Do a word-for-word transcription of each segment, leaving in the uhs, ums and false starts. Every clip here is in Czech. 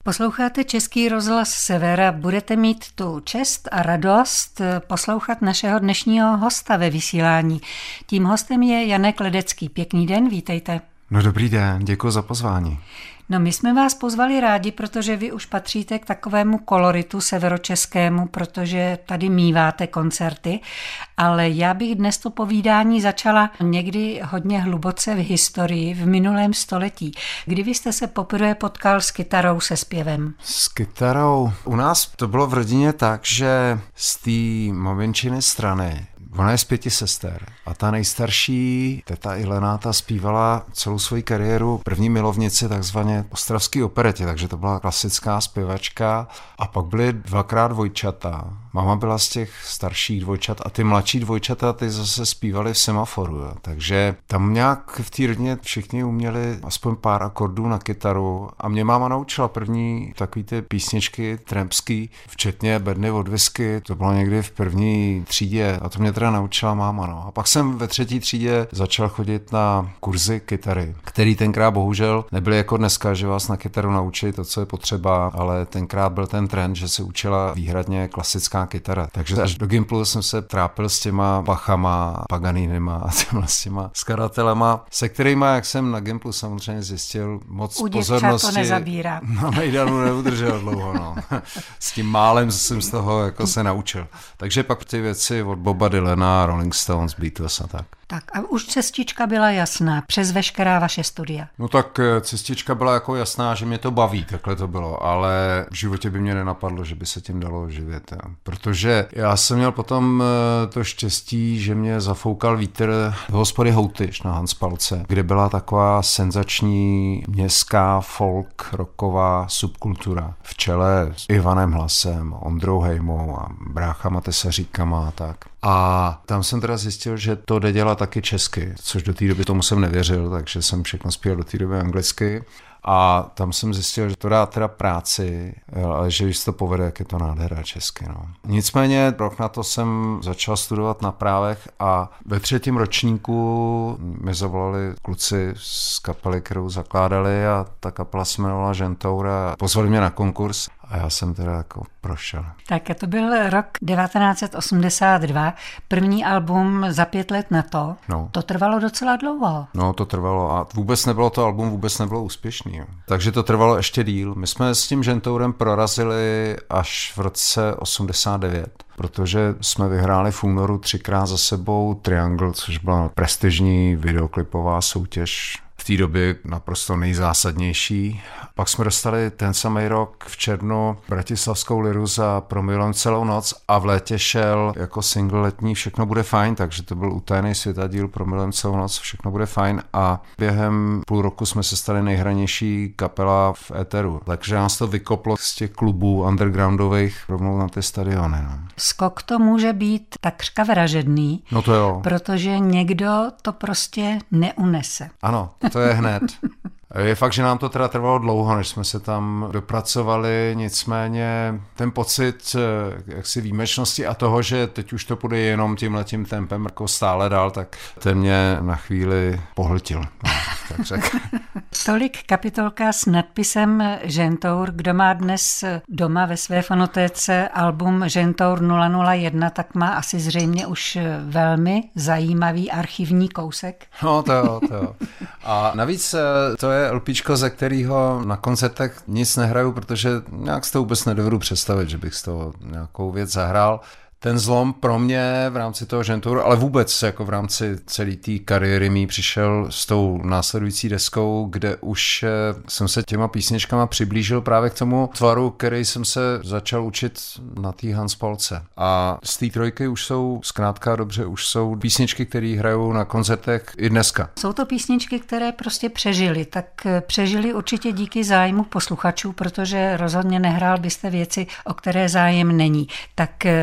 Posloucháte Český rozhlas Sever a budete mít tu čest a radost poslouchat našeho dnešního hosta ve vysílání. Tím hostem je Janek Ledecký. Pěkný den, vítejte. No dobrý den, děkuji za pozvání. No my jsme vás pozvali rádi, protože vy už patříte k takovému koloritu severočeskému, protože tady míváte koncerty, ale já bych dnes to povídání začala někdy hodně hluboce v historii, v minulém století. Kdy vy jste se poprvé potkal s kytarou se zpěvem? S kytarou? U nás to bylo v rodině tak, že z té maminčiny strany, ona je z pěti sester a ta nejstarší, teta Ilena, ta zpívala celou svoji kariéru první milovnici takzvaně ostravský operetě, takže to byla klasická zpěvačka a pak byly dvakrát dvojčata. Máma byla z těch starších dvojčat a ty mladší dvojčata ty zase zpívali v Semaforu, jo. Takže tam nějak v té rodině všichni uměli aspoň pár akordů na kytaru a mě máma naučila první takový ty písničky trampský, včetně Bedny od whisky, to bylo někdy v první třídě a to mě teda naučila máma, no. A pak jsem ve třetí třídě začal chodit na kurzy kytary, který tenkrát bohužel nebyly jako dneska, že vás na kytaru naučí to, co je potřeba, ale tenkrát byl ten trend, že se učila výhradně klasická kytara. Takže až do Gimplu jsem se trápil s těma Bachama, Paganinima a těma s těma skladatelema, se kterýma, jak jsem na Gimplu samozřejmě zjistil, moc U pozornosti to nezabírá. Na Mejdanu neudržel dlouho, no. S tím málem jsem z toho jako se naučil. Takže pak ty věci od Boba Dylana, Rolling Stones, Beatles a tak. Tak a už cestička byla jasná přes veškerá vaše studia. No tak cestička byla jako jasná, že mě to baví, takhle to bylo, ale v životě by mě nenapadlo, že by se tím dalo živit. Ja. Protože já jsem měl potom to štěstí, že mě zafoukal vítr v hospody Houtyš na Hanspalce, kde byla taková senzační městská folk rocková subkultura v čele s Ivanem Hlasem, Ondrou Hejmou a bráchama Tesaříkama a tak. A tam jsem teda zjistil, že to jde dělat taky česky, což do té doby tomu jsem nevěřil, takže jsem všechno zpíval do té doby anglicky. A tam jsem zjistil, že to dá teda práci, ale že když to povede, jak je to nádhera česky. No. Nicméně rok na to jsem začal studovat na právech a ve třetím ročníku mi zavolali kluci z kapely, kterou zakládali a ta kapela se jmenovala Žentour a pozvali mě na konkurs. A já jsem teda jako prošel. Tak to byl rok devatenáct set osmdesát dva, první album za pět let na to. No. To trvalo docela dlouho. No, to trvalo a vůbec nebylo to album, vůbec nebylo úspěšný. Jo. Takže to trvalo ještě díl. My jsme s tím Žentourem prorazili až v roce osmdesát devět, protože jsme vyhráli v únoru třikrát za sebou Triangle, což byla prestižní videoklipová soutěž. V té době naprosto nejzásadnější. Pak jsme dostali ten samý rok v červnu Bratislavskou liru za Promilem celou noc a v létě šel jako single letní Všechno bude fajn, takže to byl utajený světadíl Promilem celou noc, Všechno bude fajn a během půl roku jsme se stali nejhranější kapela v éteru. Takže nás to vykoplo z těch klubů undergroundových rovnou na ty stadiony. No. Skok to může být takřka vražedný, no to jo. Protože někdo to prostě neunese. Ano. To je hned. Je fakt, že nám to teda trvalo dlouho, než jsme se tam dopracovali, nicméně ten pocit jaksi výjimečnosti a toho, že teď už to půjde jenom tímhletím tempem jako stále dál, tak ten mě na chvíli pohltil. No, tak řek. Tolik kapitolka s nadpisem Žentour. Kdo má dnes doma ve své fonotéce album Žentour nula nula jedna, tak má asi zřejmě už velmi zajímavý archivní kousek. No to jo, to jo. A navíc to je LPčko, ze kterého na koncertech nic nehraju, protože nějak si to vůbec nedovedu představit, že bych z toho nějakou věc zahrál. Ten zlom pro mě v rámci toho Žentouru, ale vůbec jako v rámci celé té kariéry mý přišel s tou následující deskou, kde už jsem se těma písničkama přiblížil právě k tomu tvaru, který jsem se začal učit na té Hanspalce. A z té trojky už jsou zkrátka dobře, už jsou písničky, které hrajou na koncertech i dneska. Jsou to písničky, které prostě přežily, tak přežily určitě díky zájmu posluchačů, protože rozhodně nehrál byste věci, o které zájem není. Tak kapitol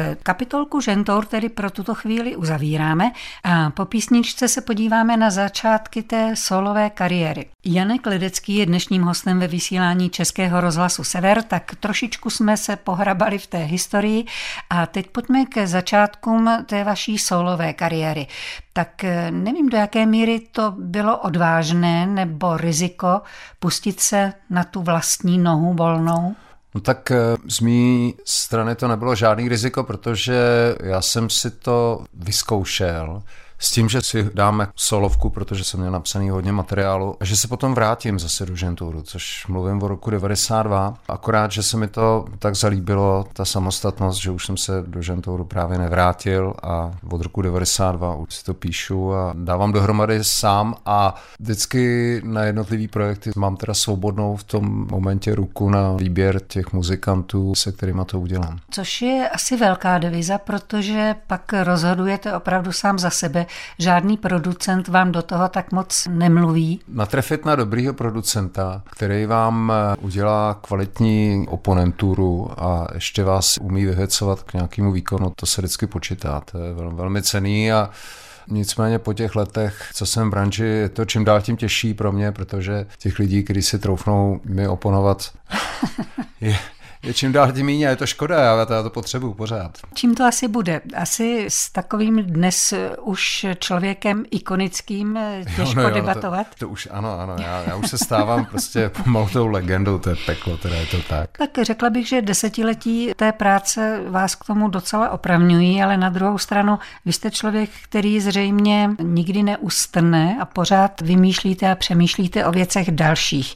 Kapitolku Žentour tedy pro tuto chvíli uzavíráme a po písničce se podíváme na začátky té solové kariéry. Janek Ledecký je dnešním hostem ve vysílání Českého rozhlasu Sever, tak trošičku jsme se pohrabali v té historii a teď pojďme ke začátkům té vaší solové kariéry. Tak nevím, do jaké míry to bylo odvážné nebo riziko pustit se na tu vlastní nohu volnou? No tak z mé strany to nebylo žádný riziko, protože já jsem si to vyzkoušel s tím, že si dáme solovku, protože jsem měl napsaný hodně materiálu a že se potom vrátím zase do Žentouru, což mluvím o roku devadesát dva. Akorát, že se mi to tak zalíbilo, ta samostatnost, že už jsem se do Žentouru právě nevrátil a od roku devadesát dva už si to píšu a dávám dohromady sám a vždycky na jednotlivý projekty mám teda svobodnou v tom momentě ruku na výběr těch muzikantů, se kterýma to udělám. Což je asi velká deviza, protože pak rozhodujete opravdu sám za sebe. Žádný producent vám do toho tak moc nemluví. Natrefit na dobrýho producenta, který vám udělá kvalitní oponenturu a ještě vás umí vyhecovat k nějakému výkonu, to se vždycky počítá. To je velmi, velmi cenný a nicméně po těch letech, co jsem v branži, je to čím dál tím těžší pro mě, protože těch lidí, kteří si troufnou mi oponovat, je... je čím dál tím míň a je to škoda, já to, já to potřebuju pořád. Čím to asi bude? Asi s takovým dnes už člověkem ikonickým těžko jo, no jo, debatovat? To, to už ano, ano, já, já už se stávám prostě pomalu tou legendou, to je peklo, teda je to tak. Tak řekla bych, že desetiletí té práce vás k tomu docela opravňují, ale na druhou stranu vy jste člověk, který zřejmě nikdy neustrne a pořád vymýšlíte a přemýšlíte o věcech dalších.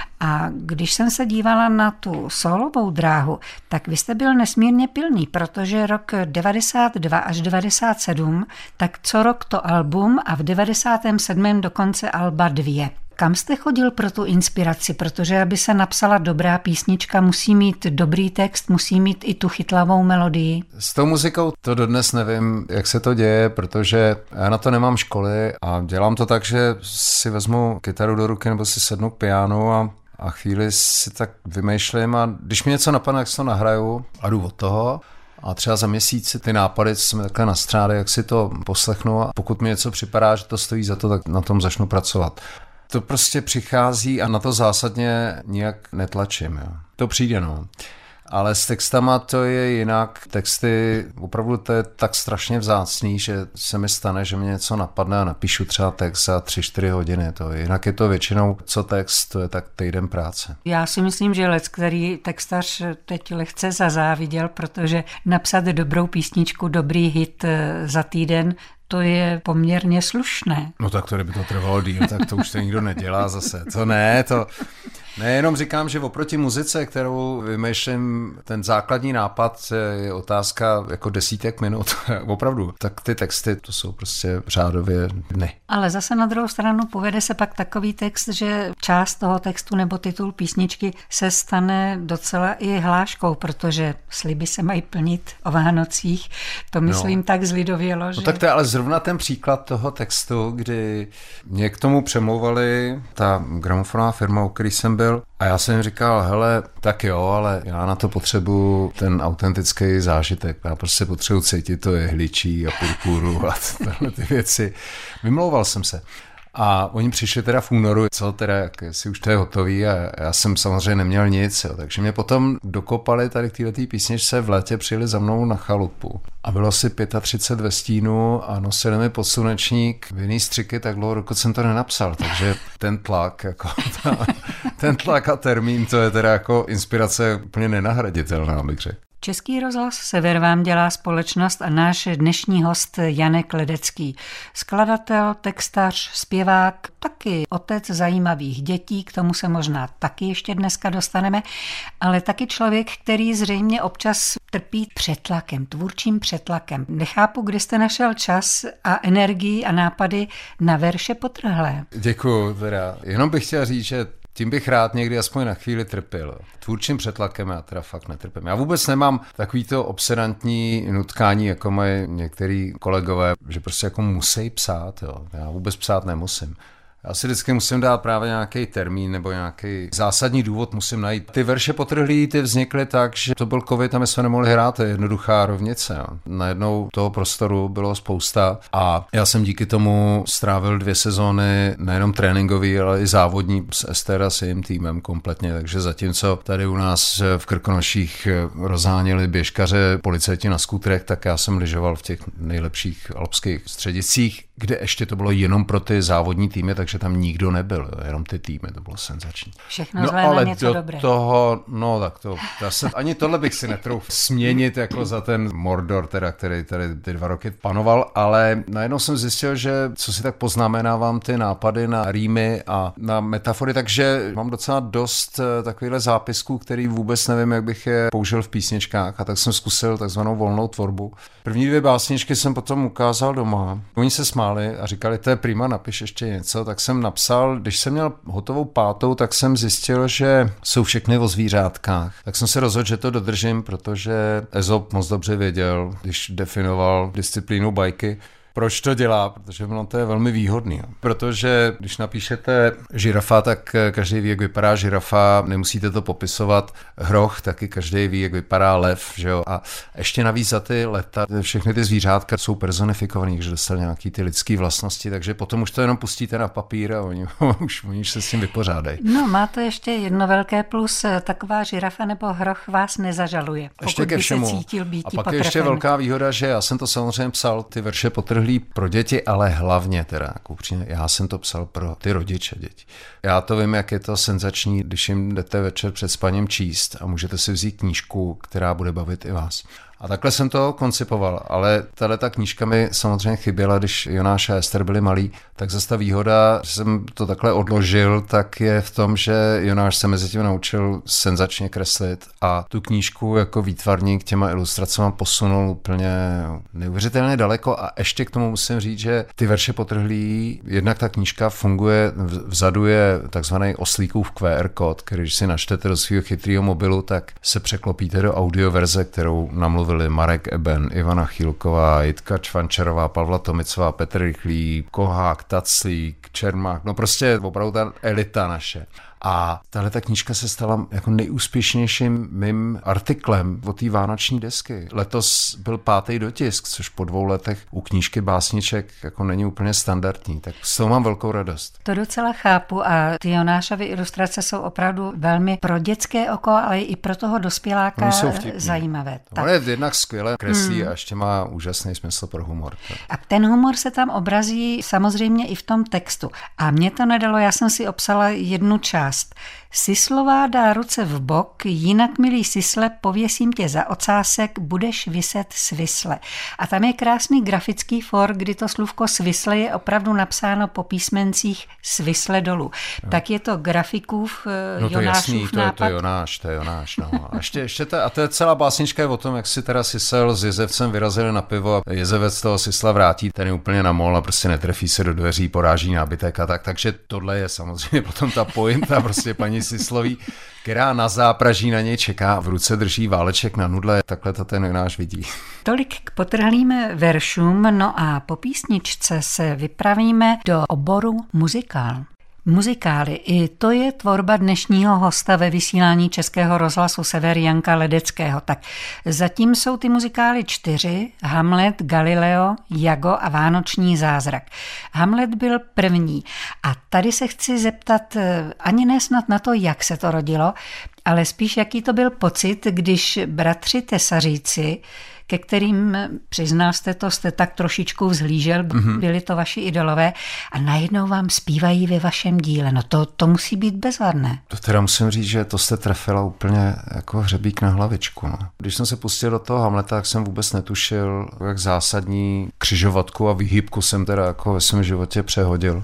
A když jsem se dívala na tu solovou dráhu, tak vy jste byl nesmírně pilný, protože rok devadesát dva až devadesát sedm, tak co rok to album a v devadesátém sedmém dokonce alba dvě. Kam jste chodil pro tu inspiraci? Protože aby se napsala dobrá písnička, musí mít dobrý text, musí mít i tu chytlavou melodii. S tou muzikou to dodnes nevím, jak se to děje, protože já na to nemám školy a dělám to tak, že si vezmu kytaru do ruky nebo si sednu k pianu a A chvíli si tak vymýšlím a když mi něco napadne, jak si to nahraju a jdu od toho. A třeba za měsíc si ty nápady, co jsme takhle nastřádali, jak si to poslechnu a pokud mi něco připadá, že to stojí za to, tak na tom začnu pracovat. To prostě přichází a na to zásadně nijak netlačím. Jo. To přijde, no. Ale s textama to je jinak. Texty, opravdu to je tak strašně vzácný, že se mi stane, že mě něco napadne a napíšu třeba text za tři čtyři hodiny. To je. Jinak je to většinou, co text, to je tak týden práce. Já si myslím, že lec, který textař teď lehce zazáviděl, protože napsat dobrou písničku, dobrý hit za týden, to je poměrně slušné. No tak to, kdyby to trvalo díl, tak to už to nikdo nedělá zase. To ne, to... Ne, jenom říkám, že oproti muzice, kterou vymýšlím, ten základní nápad je otázka jako desítek minut. Opravdu. Tak ty texty, to jsou prostě řádově dny. Ale zase na druhou stranu povede se pak takový text, že část toho textu nebo titul písničky se stane docela i hláškou, protože sliby se mají plnit o Vánocích. To myslím no. tak zlidovělo, že... No tak to je ale zrovna ten příklad toho textu, kdy mě k tomu přemlouvali ta gramofonová firma, u který jsem byl, a já jsem jim říkal, hele, tak jo, ale já na to potřebuju ten autentický zážitek. Já prostě potřebuji cítit to jehličí a purpuru a tyhle ty věci. Vymlouval jsem se. A oni přišli teda v únoru, co teda, jak si už to je hotový a já jsem samozřejmě neměl nic, jo. Takže mě potom dokopali tady k této písničce, v létě přijeli za mnou na chalupu. A bylo asi třicet pět ve stínu a nosili mi podslunečník v jiný střiky tak dlouho, dokud jsem to nenapsal. Takže ten tlak, jako ta, ten tlak a termín, to je teda jako inspirace úplně nenahraditelná, bych řekl. Český rozhlas Sever vám dělá společnost a náš dnešní host Janek Ledecký. Skladatel, textař, zpěvák, taky otec zajímavých dětí, k tomu se možná taky ještě dneska dostaneme, ale taky člověk, který zřejmě občas trpí přetlakem, tvůrčím přetlakem. Nechápu, kdy jste našel čas a energii a nápady na verše potrhlé. Děkuju, teda. Jenom bych chtěl říct, že tím bych rád někdy aspoň na chvíli trpěl. Tvůrčím přetlakem já teda fakt netrpím. Já vůbec nemám takovýto obsedantní nutkání, jako mají některý kolegové, že prostě jako musí psát. Jo. Já vůbec psát nemusím. Já si vždycky musím dát právě nějaký termín nebo nějaký zásadní důvod musím najít. Ty verše Potrhlí, ty vznikly tak, že to byl covid a my jsme nemohli hrát, to je jednoduchá rovnice. Jo. Najednou toho prostoru bylo spousta a já jsem díky tomu strávil dvě sezóny nejenom tréninkový, ale i závodní s Ester a s jejím týmem kompletně, takže zatímco tady u nás v Krkonoších rozháněli běžkaře, policajti na skutrech, tak já jsem lyžoval v těch nejlepších alpských střediscích, kde ještě to bylo jenom pro ty závodní týmy, takže tam nikdo nebyl, jenom ty týmy, to bylo senzační. Všechno no, zlé ale na něco do dobré. toho, no tak to, zase, ani tohle bych si netrouf směnit jako za ten Mordor, teda, který tady ty dva roky panoval, ale najednou jsem zjistil, že co si tak poznamenávám ty nápady na rýmy a na metafory, takže mám docela dost takovýchhle zápisků, který vůbec nevím, jak bych je použil v písničkách, a tak jsem zkusil takzvanou volnou tvorbu. První dvě básničky jsem potom ukázal doma. Oni se smáli a říkali, to je prima, napiš ještě něco, tak jsem napsal, když jsem měl hotovou pátou, tak jsem zjistil, že jsou všechny o zvířátkách. Tak jsem se rozhodl, že to dodržím, protože Ezop moc dobře věděl, když definoval disciplínu bajky, proč to dělá, protože ono to je velmi výhodný. Protože když napíšete žirafa, tak každý ví, jak vypadá žirafa, nemusíte to popisovat. Hroch, taky každý ví, jak vypadá lev, že jo. A ještě navíc za ty leta všechny ty zvířátka jsou personifikovaný, že dostali nějaký ty lidský vlastnosti, takže potom už to jenom pustíte na papír a oni už, oni už se s tím vypořádají. No, má to ještě jedno velké plus, taková žirafa nebo hroch vás nezažaluje. Ještě ke všemu. Cítil být a pak je ještě velká výhoda, že já jsem to samozřejmě psal, ty verše Potrhlí pro děti, ale hlavně teda, jako upřímně, já jsem to psal pro ty rodiče děti. Já to vím, jak je to senzační, když jim jdete večer před spaním číst a můžete si vzít knížku, která bude bavit i vás. A takhle jsem to koncipoval, ale tato knížka mi samozřejmě chyběla, když Jonáš a Ester byli malí, tak zase ta výhoda, že jsem to takhle odložil, tak je v tom, že Jonáš se mezi tím naučil senzačně kreslit a tu knížku jako výtvarník těma ilustracemi posunul úplně neuvěřitelně daleko a ještě k tomu musím říct, že ty verše Potrhlí, jednak ta knížka funguje, vzadu je takzvaný oslíkův Q R kód, který když si načtete do svého chytrého mobilu, tak se překlopíte do audioverze, kterou namluvil Marek Eben, Ivana Chýlková, Jitka Čvančerová, Pavla Tomicová, Petr Rychlý, Kohák, Taclík, Čermák, no prostě opravdu ta elita naše. A tahle ta knížka se stala jako nejúspěšnějším mým artiklem o té vánoční desky. Letos byl pátý dotisk, což po dvou letech u knížky básniček jako není úplně standardní, tak s toho mám velkou radost. To docela chápu a ty Jonášovy ilustrace jsou opravdu velmi pro dětské oko, ale i pro toho dospěláka zajímavé. On je jednak skvěle kreslí hmm. a ještě má úžasný smysl pro humor. A ten humor se tam obrazí samozřejmě i v tom textu. A mě to nedalo, já jsem si obsala jednu část. Sislová dá ruce v bok, jinak, milý Sisle, pověsím tě za ocásek, budeš viset svisle. A tam je krásný grafický for, kdy to slůvko svisle je opravdu napsáno po písmencích svisle dolů. No. Tak je to grafikův, no to Jonášův jasný, to je to Jonáš, to je Jonáš. No. A, ještě, ještě ta, a to je celá básnička je o tom, jak si teda Sisel s Jezevcem vyrazili na pivo a Jezevec toho Sisla vrátí, ten je úplně na mol a prostě netrefí se do dveří, poráží nábytek a tak. Takže tohle je samozřejmě potom ta pointa prostě paní Sislový, která na zápraží na něj čeká a v ruce drží váleček na nudle. Takhle to ten Jonáš vidí. Tolik k Potrhlým veršům, no a po písničce se vypravíme do oboru muzikál. Muzikály. I to je tvorba dnešního hosta ve vysílání Českého rozhlasu Sever Janka Ledeckého. Tak zatím jsou ty muzikály čtyři. Hamlet, Galileo, Jago a Vánoční zázrak. Hamlet byl první. A tady se chci zeptat ani ne snad na to, jak se to rodilo, ale spíš jaký to byl pocit, když bratři Tesaříci, ke kterým, přiznal jste to, jste tak trošičku vzhlížel, mm-hmm. byli to vaši idolové a najednou vám zpívají ve vašem díle. No to, to musí být bezvadné. To teda musím říct, že to jste trefila úplně jako hřebík na hlavičku. No. Když jsem se pustil do toho Hamleta, tak jsem vůbec netušil, jak zásadní křižovatku a výhybku jsem teda jako ve svém životě přehodil.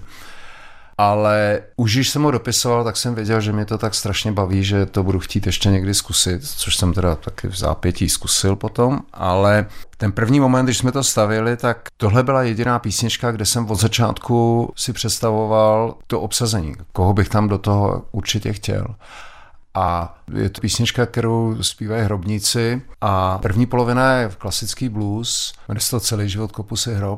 Ale už když jsem ho dopisoval, tak jsem věděl, že mě to tak strašně baví, že to budu chtít ještě někdy zkusit, což jsem teda taky v zápětí zkusil potom, ale ten první moment, když jsme to stavili, tak tohle byla jediná písnička, kde jsem od začátku si představoval to obsazení, koho bych tam do toho určitě chtěl. A je to písnička, kterou zpívají hrobníci a první polovina je klasický blues, jmenuje se to Celý život kopu si hrob.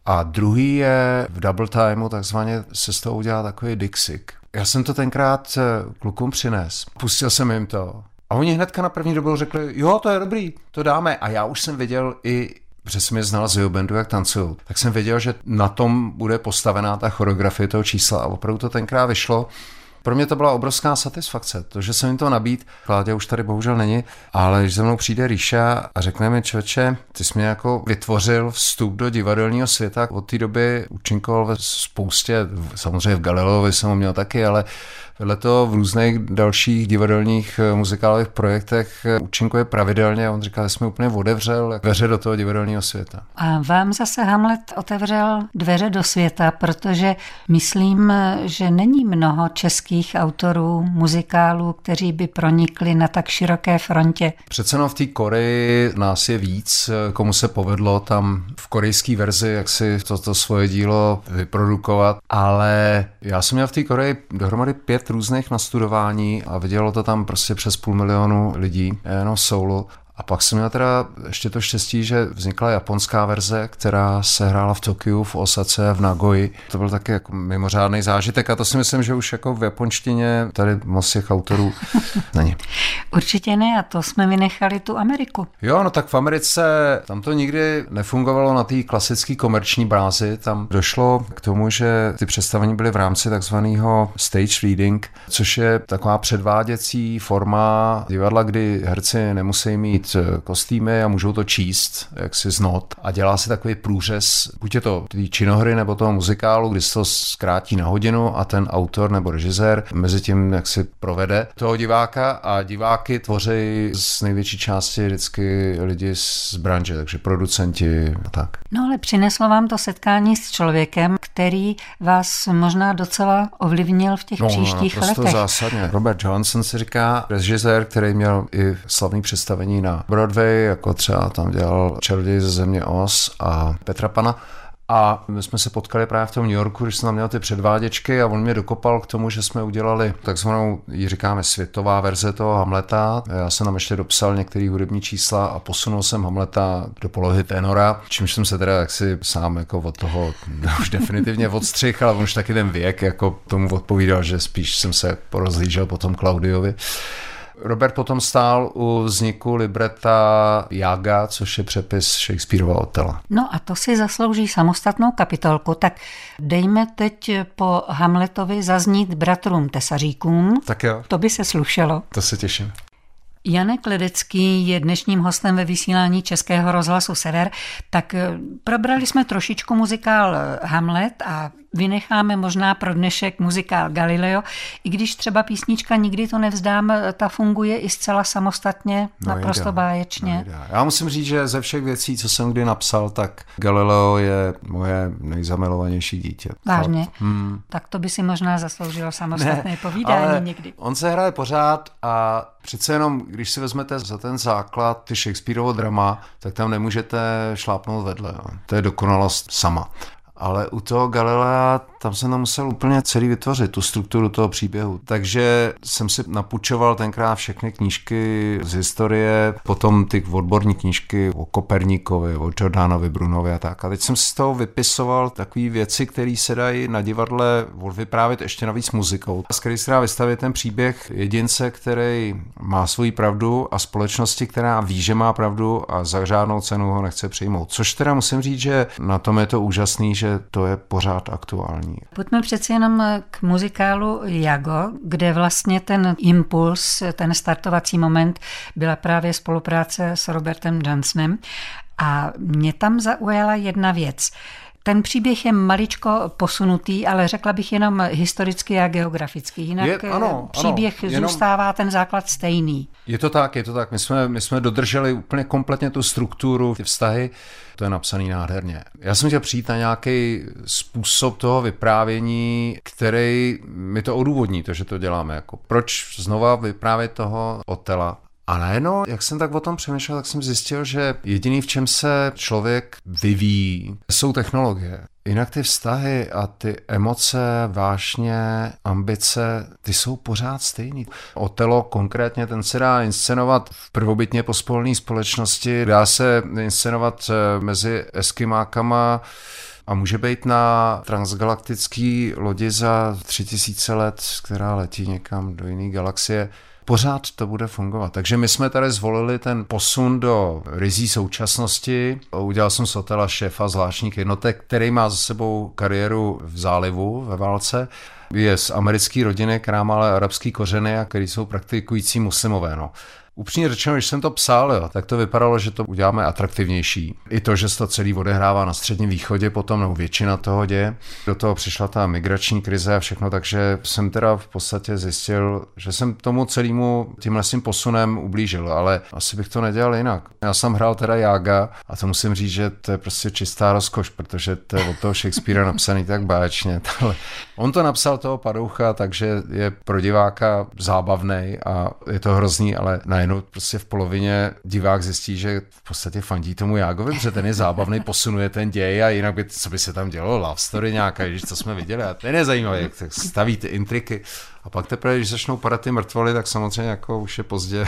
A druhý je v double timeu takzvaně se z toho udělá takový Dixik. Já jsem to tenkrát klukům přines, pustil jsem jim to a oni hnedka na první dobu řekli, jo, to je dobrý, to dáme. A já už jsem viděl i, protože jsem je znal z jeho bandu, jak tancují, tak jsem věděl, že na tom bude postavená ta choreografie toho čísla a opravdu to tenkrát vyšlo. Pro mě to byla obrovská satisfakce, to, že jsem jim to nabít, Kládě už tady bohužel není, ale když za mnou přijde Ríša a řekne mi, člověče, ty jsi mě jako vytvořil vstup do divadelního světa, od té doby účinkoval ve spoustě, samozřejmě v Galileovi jsem ho měl taky, ale vedle toho v různých dalších divadelních muzikálových projektech účinkuje pravidelně a on říkal, že jsme úplně otevřel dveře do toho divadelního světa. A vám zase Hamlet otevřel dveře do světa, protože myslím, že není mnoho českých autorů muzikálů, kteří by pronikli na tak široké frontě. Přece jenom v té Koreji nás je víc, komu se povedlo tam v korejské verzi, jak si toto svoje dílo vyprodukovat, ale já jsem měl v té Koreji dohromady pět různých nastudování a vidělo to tam prostě přes půl milionu lidí, jenom v Soulu. A pak jsem měl teda ještě to štěstí, že vznikla japonská verze, která se hrála v Tokiu, v Osace, v Nagoji. To byl taky jako mimořádný zážitek a to si myslím, že už jako v japonštině tady moc těch autorů není. Určitě ne a to jsme vynechali tu Ameriku. Jo, no tak v Americe tam to nikdy nefungovalo na té klasické komerční bázi. Tam došlo k tomu, že ty představení byly v rámci takzvaného stage reading, což je taková předváděcí forma divadla, kdy herci nemusí mít kostýmy a můžou to číst, jak si z not. A dělá se takový průřez, buď je to tý činohry nebo toho muzikálu, kdy se to zkrátí na hodinu a ten autor nebo režisér mezi tím, jak si provede toho diváka a diváky tvoří z největší části vždycky lidi z branže, takže producenti a tak. No ale přineslo vám to setkání s člověkem, který vás možná docela ovlivnil v těch no, příštích no, letech. Zásadně. Robert Johnson se říká, režisér, který měl i slavný představení na Broadway, jako třeba tam dělal Čaroděj ze země Oz a Petra Pana. A my jsme se potkali právě v tom New Yorku, když jsem tam měl ty předváděčky a on mě dokopal k tomu, že jsme udělali takzvanou, ji říkáme, světová verze toho Hamleta. Já jsem tam ještě dopsal některé hudební čísla a posunul jsem Hamleta do polohy tenora, čímž jsem se teda jaksi sám jako od toho už definitivně odstřih, ale on už taky ten věk jako tomu odpovídal, že spíš jsem se porozhlížel po tom Claudiovi. Robert potom stál u vzniku libreta Jaga, což je přepis Shakespearova Otela. No a to si zaslouží samostatnou kapitolku, tak dejme teď po Hamletovi zaznít bratrům Tesaříkům. Tak jo. To by se slušelo. To se těším. Janek Ledecký je dnešním hostem ve vysílání Českého rozhlasu Sever, tak probrali jsme trošičku muzikál Hamlet a vynecháme možná pro dnešek muzikál Galileo, i když třeba písnička Nikdy to nevzdám, ta funguje i zcela samostatně, no naprosto jde, báječně. No Já musím říct, že ze všech věcí, co jsem kdy napsal, tak Galileo je moje nejzamilovanější dítě. Vážně? Hmm. Tak to by si možná zasloužilo samostatné ne, povídání někdy. On se hraje pořád a přece jenom, když si vezmete za ten základ ty Shakespearovo drama, tak tam nemůžete šlápnout vedle. Jo. To je dokonalost sama. Ale u toho Galilea tam jsem tam musel úplně celý vytvořit, tu strukturu toho příběhu. Takže jsem si napůjčoval tenkrát všechny knížky z historie, potom ty odborní knížky o Koperníkovi, o Giordanovi Brunovi a tak. A teď jsem si z toho vypisoval takové věci, které se dají na divadle vyprávět ještě navíc muzikou. Z který se dá vystavit ten příběh jedince, který má svoji pravdu a společnosti, která ví, že má pravdu a za žádnou cenu ho nechce přijmout. Což teda musím říct, že na tom je to úžasný, že to je pořád aktuální. Pojďme přeci jenom k muzikálu Jago, kde vlastně ten impuls, ten startovací moment byla právě spolupráce s Robertem Johnsonem a mě tam zaujala jedna věc. Ten příběh je maličko posunutý, ale řekla bych jenom historicky a geograficky. Jinak je, ano, příběh ano, jenom zůstává ten základ stejný. Je to tak, je to tak. My jsme, my jsme dodrželi úplně kompletně tu strukturu, ty vztahy. To je napsaný nádherně. Já jsem chtěl přijít na nějaký způsob toho vyprávění, který mi to odůvodní, to, že to děláme. Jako proč znova vyprávět toho Otela? A najednou, jak jsem tak o tom přemýšlel, tak jsem zjistil, že jediný, v čem se člověk vyvíjí, jsou technologie. Jinak ty vztahy a ty emoce, vášně, ambice, ty jsou pořád stejný. Otelo konkrétně, ten se dá inscenovat v prvobytně pospolné společnosti, dá se inscenovat mezi Eskimákama a může být na transgalaktický lodi za tři tisíce let, která letí někam do jiné galaxie. Pořád to bude fungovat. Takže my jsme tady zvolili ten posun do rizí současnosti. Udělal jsem z hotela šéfa zvláštních jednotek, který má za sebou kariéru v zálivu, ve válce. Je z americké rodiny, která má ale arabský kořeny a který jsou praktikující muslimové. No. Upřímně řečeno, když jsem to psal, jo, tak to vypadalo, že to uděláme atraktivnější. I to, že se to celý odehrává na Středním východě potom, nebo většina toho děje. Do toho přišla ta migrační krize a všechno, takže jsem teda v podstatě zjistil, že jsem tomu celému tímhle s tím posunem ublížil, ale asi bych to nedělal jinak. Já jsem hrál teda Jága a to musím říct, že to je prostě čistá rozkoš, protože to je od toho Shakespearea napsaný tak báječně. Ale on to napsal toho Padoucha, takže je pro diváka zábavnej a je to hrozný, ale na prostě v polovině divák zjistí, že v podstatě fandí tomu Jágovi, protože ten je zábavný, posunuje ten děj a jinak by, co by se tam dělo, love story nějaká, když co jsme viděli a ten je zajímavý, jak staví ty intriky. A pak teprve, když začnou padat ty mrtvoly, tak samozřejmě jako už je pozdě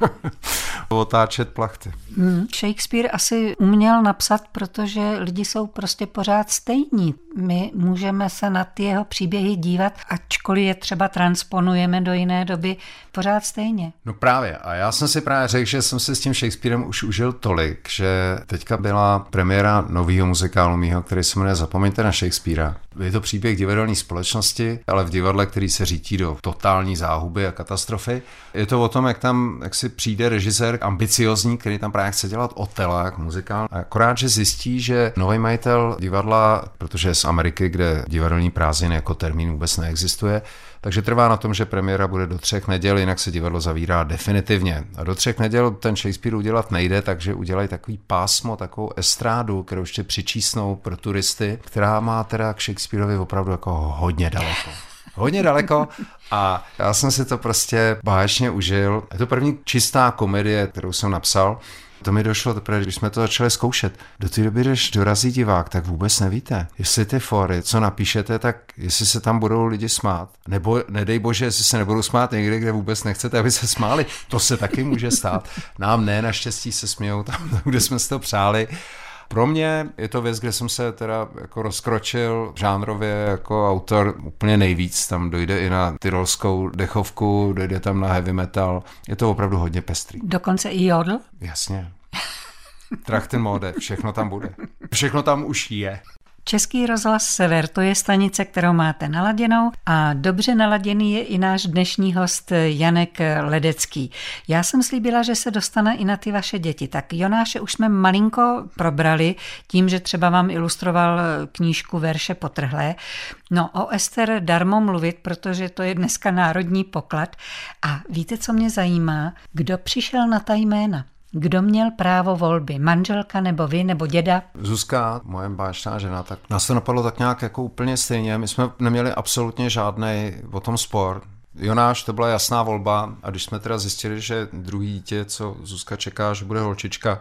otáčet plachty. Hmm, Shakespeare asi uměl napsat, protože lidi jsou prostě pořád stejní. My můžeme se na ty jeho příběhy dívat, ačkoliv je třeba transponujeme do jiné doby, pořád stejně. No právě. A já jsem si právě řekl, že jsem si s tím Shakespearem už užil tolik, že teďka byla premiéra nového muzikálu mýho, který se jmenuje Zapomeňte na Shakespearea. Je to příběh divadelní společnosti, ale v divadle, který se řítí do totální záhuby a katastrofy. Je to o tom, jak tam jak si přijde režisér ambiciozní, který tam právě chce dělat Otela, jak muzikál. A akorát, že zjistí, že nový majitel divadla, protože je z Ameriky, kde divadelní prázdniny jako termín vůbec neexistuje, takže trvá na tom, že premiéra bude do třech neděl, jinak se divadlo zavírá definitivně. A do třech neděl ten Shakespeare udělat nejde, takže udělají takový pásmo, takovou estrádu, kterou ještě přičísnou pro turisty, která má teda k Shakespeareovi opravdu jako hodně daleko. Hodně daleko a já jsem si to prostě báječně užil. Je to první čistá komedie, kterou jsem napsal. To mi došlo teprve, když jsme to začali zkoušet. Do té doby, když dorazí divák, tak vůbec nevíte, jestli ty fóry, co napíšete, tak jestli se tam budou lidi smát. Nebo nedej bože, jestli se nebudou smát někde, kde vůbec nechcete, aby se smáli. To se taky může stát. Nám ne, naštěstí se smějou tam, kde jsme si to přáli. Pro mě je to věc, kde jsem se teda jako rozkročil žánrově jako autor úplně nejvíc. Tam dojde i na tyrolskou dechovku, dojde tam na heavy metal. Je to opravdu hodně pestrý. Dokonce i jodl? Jasně. Trachtenmode, všechno tam bude. Všechno tam už je. Český rozhlas Sever, to je stanice, kterou máte naladěnou a dobře naladěný je i náš dnešní host Janek Ledecký. Já jsem slíbila, že se dostane i na ty vaše děti, tak Jonáše už jsme malinko probrali tím, že třeba vám ilustroval knížku Verše potrhlé. No o Ester darmo mluvit, protože to je dneska národní poklad. A víte, co mě zajímá? Kdo přišel na ta jména? Kdo měl právo volby? Manželka nebo vy nebo děda? Zuzka, moje báječná žena, tak nás to napadlo tak nějak jako úplně stejně. My jsme neměli absolutně žádný o tom spor. Jonáš, to byla jasná volba a když jsme teda zjistili, že druhý dítě, co Zuzka čeká, že bude holčička,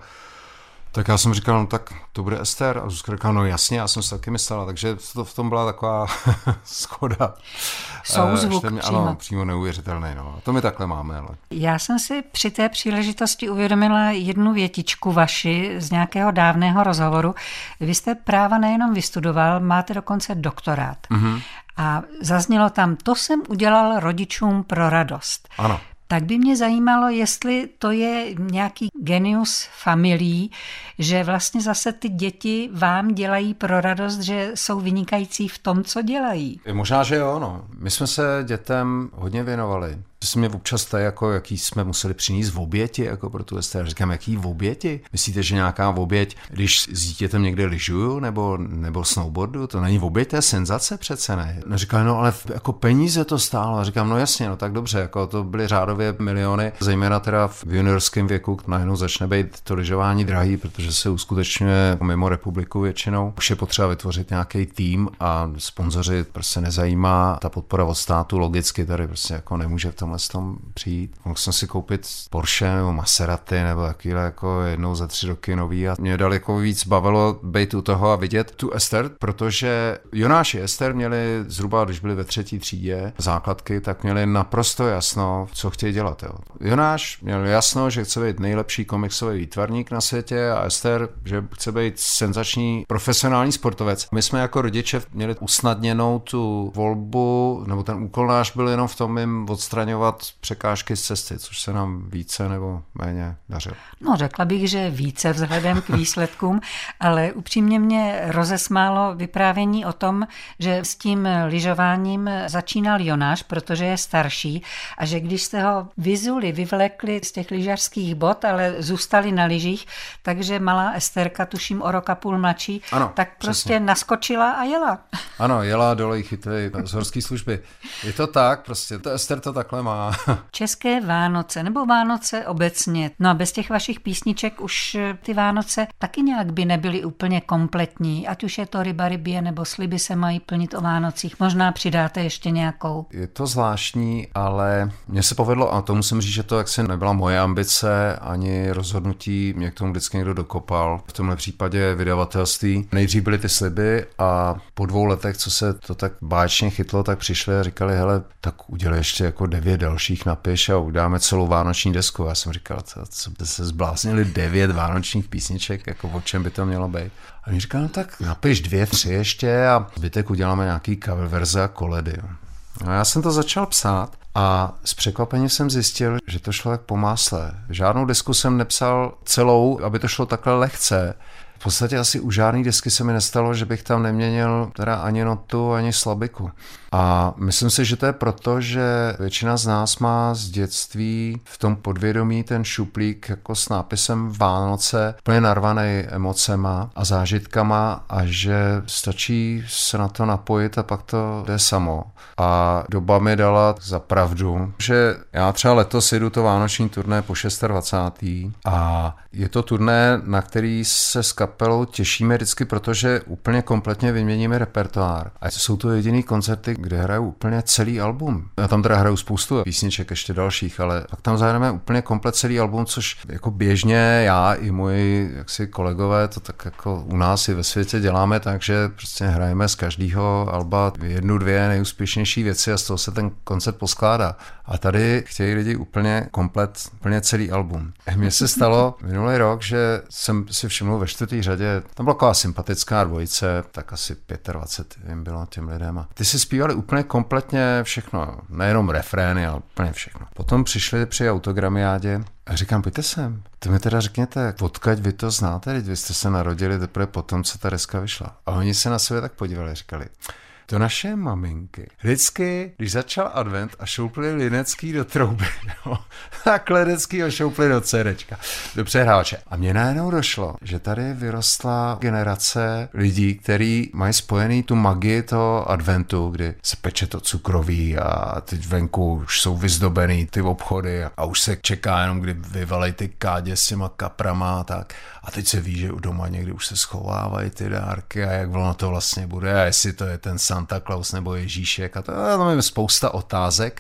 tak já jsem říkal, no tak to bude Ester. A Zuzka říkala, no jasně, já jsem si taky myslela. Takže to v tom byla taková schoda. Souzvuk mě, přímo. Ano, přímo neuvěřitelný. No. To my takhle máme. Ale. Já jsem si při té příležitosti uvědomila jednu větičku vaši z nějakého dávného rozhovoru. Vy jste práva nejenom vystudoval, máte dokonce doktorát. Mm-hmm. A zaznělo tam, to jsem udělal rodičům pro radost. Ano. Tak by mě zajímalo, jestli to je nějaký genius familií, že vlastně zase ty děti vám dělají pro radost, že jsou vynikající v tom, co dělají. Možná, že jo, no. My jsme se dětem hodně věnovali. Že se mě občas tady, jako jaký jsme museli přinést v oběti, jako pro tu Ester. Říkám, jaký v oběti? Myslíte, že nějaká v oběť, když s dítětem někde lyžuju nebo, nebo snowboardu, to není v oběť, to je senzace přece, ne? No říkali, no ale jako peníze to stálo. A říkám, no jasně, no tak dobře, jako to byly řádově miliony, zejména teda v juniorském věku, najednou začne být to lyžování drahý, protože se uskutečňuje mimo republiku většinou. Už je potřeba vytvořit nějaký tým a sponzoři prostě nezajímá ta podpora od státu, logicky tady prostě jako nemůže v tomhle tomhle tom přijít. Mohl jsem si koupit Porsche nebo Maserati nebo takovýhle jako jednou za tři roky nový a mě daleko víc bavilo být u toho a vidět tu Ester, protože Jonáš i Ester měli zhruba, když byli ve třetí třídě základky, tak měli naprosto jasno, co chtějí dělat. Jo. Jonáš měl jasno, že chce být nejlepší komiksový výtvarník na světě a Ester, že chce být senzační profesionální sportovec. My jsme jako rodiče měli usnadněnou tu volbu, nebo ten úkol náš byl jenom v tom jim odstraňovat překážky z cesty, což se nám více nebo méně dařilo. No, řekla bych, že více vzhledem k výsledkům, ale upřímně mě rozesmálo vyprávění o tom, že s tím lyžováním začínal Jonáš, protože je starší a že když jste ho vyzuli, vyvlekli z těch lyžařských bot, ale zůstali na lyžích, takže malá Esterka, tuším o rok a půl mladší, ano, tak prostě přesně naskočila a jela. Ano, jela dole chytli z horské služby. Je to tak, prostě to Ester to takhle má. České Vánoce nebo Vánoce obecně. No a bez těch vašich písniček už ty Vánoce taky nějak by nebyly úplně kompletní. Ať už je to Ryba rybě nebo Sliby se mají plnit o Vánocích. Možná přidáte ještě nějakou. Je to zvláštní, ale mně se povedlo, a to musím říct, že to jaksi nebyla moje ambice ani rozhodnutí, mě k tomu vždycky někdo dokopal. V tomhle případě vydavatelství. Nejdřív byly ty Sliby a po dvou letech, co se to tak báječně chytlo, tak přišli a říkali, hele, tak udělej ještě jako devět dalších, napiš a udáme celou vánoční desku. Já jsem říkal, co, co by se zbláznili devět vánočních písniček, jako o čem by to mělo být. A mi říkal, no tak napiš dvě, tři ještě a zbytek uděláme nějaký cover verze a koledy. A já jsem to začal psát a s překvapením jsem zjistil, že to šlo jak po másle. Žádnou desku jsem nepsal celou, aby to šlo takhle lehce. V podstatě asi u žádné desky se mi nestalo, že bych tam neměnil teda ani notu, ani slabiku. A myslím si, že to je proto, že většina z nás má z dětství v tom podvědomí ten šuplík jako s nápisem Vánoce plně narvaný emocema a zážitkama a že stačí se na to napojit a pak to jde samo. A doba mi dala za pravdu, že já třeba letos jedu to vánoční turné po dvacátém šestém a je to turné, na který se s kapelou těšíme vždycky, protože úplně kompletně vyměníme repertoár. A jsou to jediný koncerty, kde hraju úplně celý album. Já tam teda hraju spoustu písniček ještě dalších, ale pak tam zahrajeme úplně komplet celý album, což jako běžně já i moji jaksi kolegové to tak jako u nás i ve světě děláme, takže prostě hrajeme z každého alba jednu, dvě nejúspěšnější věci a z toho se ten koncert poskládá. A tady chtějí lidi úplně komplet, úplně celý album. Mně se stalo minulý rok, že jsem si všiml ve čtvrtý řadě, tam byla taková sympatická dvojice, tak asi dvacet pět jim bylo těm lidem. A ty si zpívali úplně kompletně všechno, nejenom refrény, ale úplně všechno. Potom přišli při autogramiádě a říkám, pojďte sem, to mi teda řekněte, odkud vy to znáte, vy jste se narodili teprve potom, co ta deska vyšla. A oni se na sebe tak podívali a říkali, to naše maminky. Vždycky, když začal advent a šoupli Linecký do trouby, no, tak Ledecký ho šoupli do cédečka, do přehrávače. A mně najednou došlo, že tady vyrostla generace lidí, kteří mají spojený tu magii toho adventu, kdy se peče to cukroví a teď venku už jsou vyzdobený ty obchody a už se čeká jenom, kdy vyvalej ty kádě s těma kaprama a tak. A teď se ví, že u doma někdy už se schovávají ty dárky a jak ono to vlastně bude a jestli to je ten Santa Claus nebo Ježíšek a to, to je spousta otázek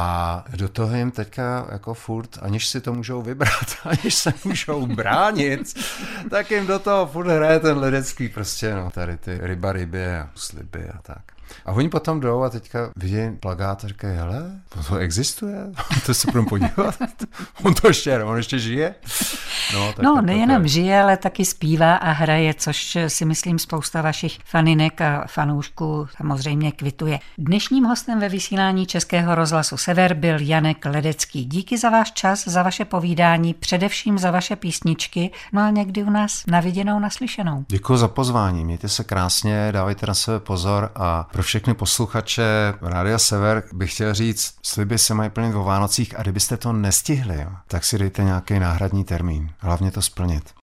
a do toho jim teďka jako furt, aniž si to můžou vybrat, aniž se můžou bránit, tak jim do toho furt hraje ten Ledecký prostě, no, tady ty Ryba rybě a Sliby a tak. A oni potom jdou a teďka vidí plakát a říkají, hele, to existuje, to se budeme podívat, on to ještě, on ještě žije. No, no nejenom žije, ale taky zpívá a hraje, což si myslím spousta vašich faninek a fanoušků samozřejmě kvituje. Dnešním hostem ve vysílání Českého rozhlasu Sever byl Janek Ledecký. Díky za váš čas, za vaše povídání, především za vaše písničky, no a někdy u nás na viděnou, naslyšenou. Děkuji za pozvání, mějte se krásně, dávejte na sebe pozor a pro všechny posluchače Rádia Sever bych chtěl říct, sliby se mají plnit o Vánocích a kdybyste to nestihli, jo, tak si dejte nějaký náhradní termín. Hlavně to splnit.